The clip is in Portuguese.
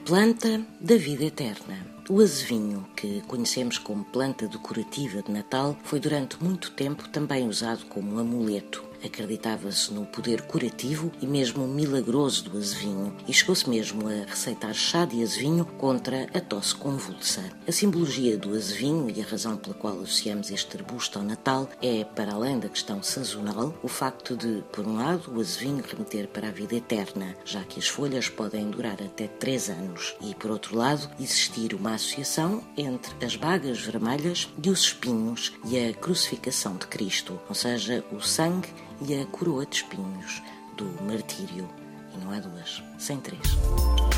Planta da vida eterna. O azevinho, que conhecemos como planta decorativa de Natal, foi durante muito tempo também usado como amuleto. Acreditava-se no poder curativo e mesmo milagroso do azevinho e chegou-se mesmo a receitar chá de azevinho contra a tosse convulsa. A simbologia do azevinho e a razão pela qual associamos este arbusto ao Natal é, para além da questão sazonal, o facto de, por um lado, o azevinho remeter para a vida eterna, já que as folhas podem durar até 3 anos, e, por outro lado, existir uma associação entre as bagas vermelhas e os espinhos e a crucificação de Cristo, ou seja, o sangue e a coroa de espinhos do martírio. E não há duas, sem três.